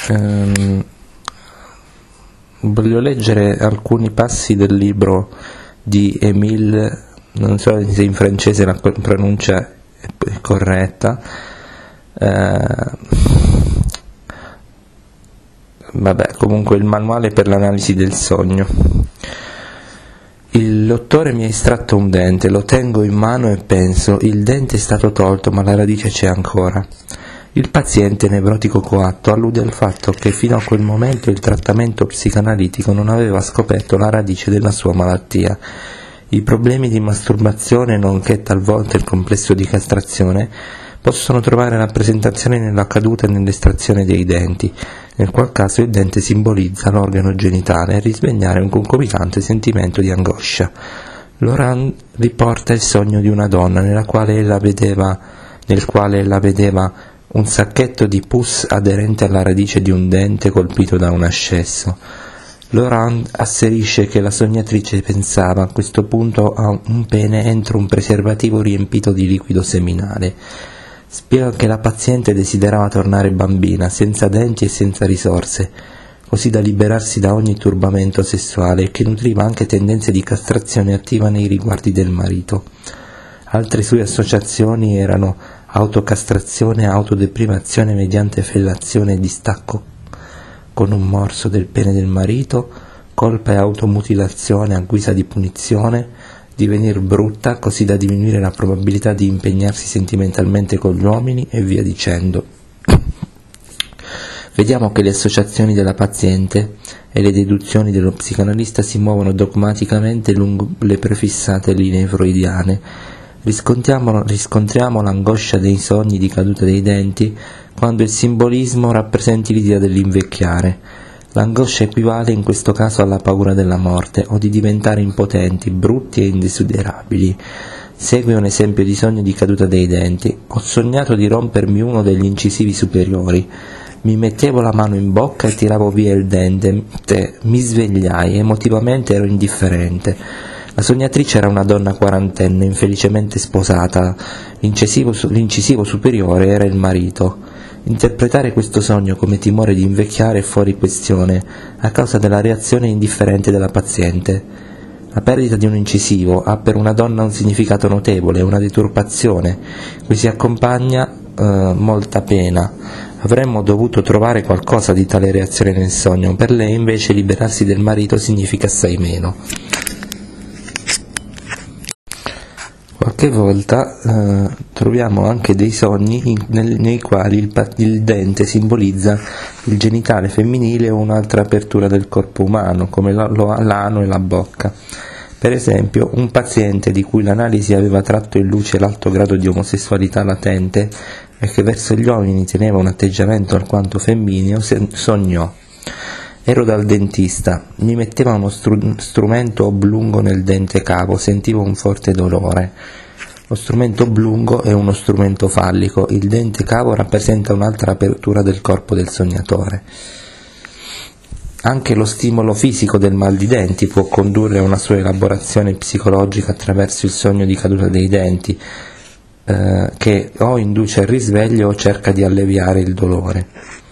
Ehm, Voglio leggere alcuni passi del libro di Émile, non so se in francese la pronuncia è corretta, comunque il manuale per l'analisi del sogno. Il dottore mi ha estratto un dente, lo tengo in mano e penso, il dente è stato tolto ma la radice c'è ancora. Il paziente nevrotico coatto allude al fatto che fino a quel momento il trattamento psicanalitico non aveva scoperto la radice della sua malattia. I problemi di masturbazione, nonché talvolta il complesso di castrazione, possono trovare rappresentazione nella caduta e nell'estrazione dei denti, nel qual caso il dente simbolizza l'organo genitale e risvegliare un concomitante sentimento di angoscia. Laurent riporta il sogno di una donna nel quale ella vedeva un sacchetto di pus aderente alla radice di un dente colpito da un ascesso. Laurent asserisce che la sognatrice pensava a questo punto a un pene entro un preservativo riempito di liquido seminale. Spiega che la paziente desiderava tornare bambina, senza denti e senza risorse, così da liberarsi da ogni turbamento sessuale, e che nutriva anche tendenze di castrazione attiva nei riguardi del marito. Altre sue associazioni erano autocastrazione, autodeprivazione mediante fellazione e distacco con un morso del pene del marito, colpa e automutilazione a guisa di punizione, divenir brutta così da diminuire la probabilità di impegnarsi sentimentalmente con gli uomini e via dicendo. Vediamo che le associazioni della paziente e le deduzioni dello psicanalista si muovono dogmaticamente lungo le prefissate linee freudiane. Riscontriamo l'angoscia dei sogni di caduta dei denti quando il simbolismo rappresenti l'idea dell'invecchiare. L'angoscia equivale in questo caso alla paura della morte o di diventare impotenti, brutti e indesiderabili. Segue un esempio di sogno di caduta dei denti. Ho sognato di rompermi uno degli incisivi superiori. Mi mettevo la mano in bocca e tiravo via il dente. Mi svegliai, emotivamente ero indifferente. La sognatrice era una donna quarantenne, infelicemente sposata. L'incisivo superiore era il marito. Interpretare questo sogno come timore di invecchiare è fuori questione, a causa della reazione indifferente della paziente. La perdita di un incisivo ha per una donna un significato notevole, una deturpazione, cui si accompagna molta pena. Avremmo dovuto trovare qualcosa di tale reazione nel sogno, per lei invece liberarsi del marito significa assai meno. Qualche volta troviamo anche dei sogni nei quali il dente simbolizza il genitale femminile o un'altra apertura del corpo umano, come l'ano e la bocca. Per esempio, un paziente di cui l'analisi aveva tratto in luce l'alto grado di omosessualità latente e che verso gli uomini teneva un atteggiamento alquanto femmineo, sognò: ero dal dentista, mi metteva uno strumento oblungo nel dente cavo, sentivo un forte dolore. Lo strumento oblungo è uno strumento fallico, il dente cavo rappresenta un'altra apertura del corpo del sognatore. Anche lo stimolo fisico del mal di denti può condurre a una sua elaborazione psicologica attraverso il sogno di caduta dei denti, che o induce al risveglio o cerca di alleviare il dolore.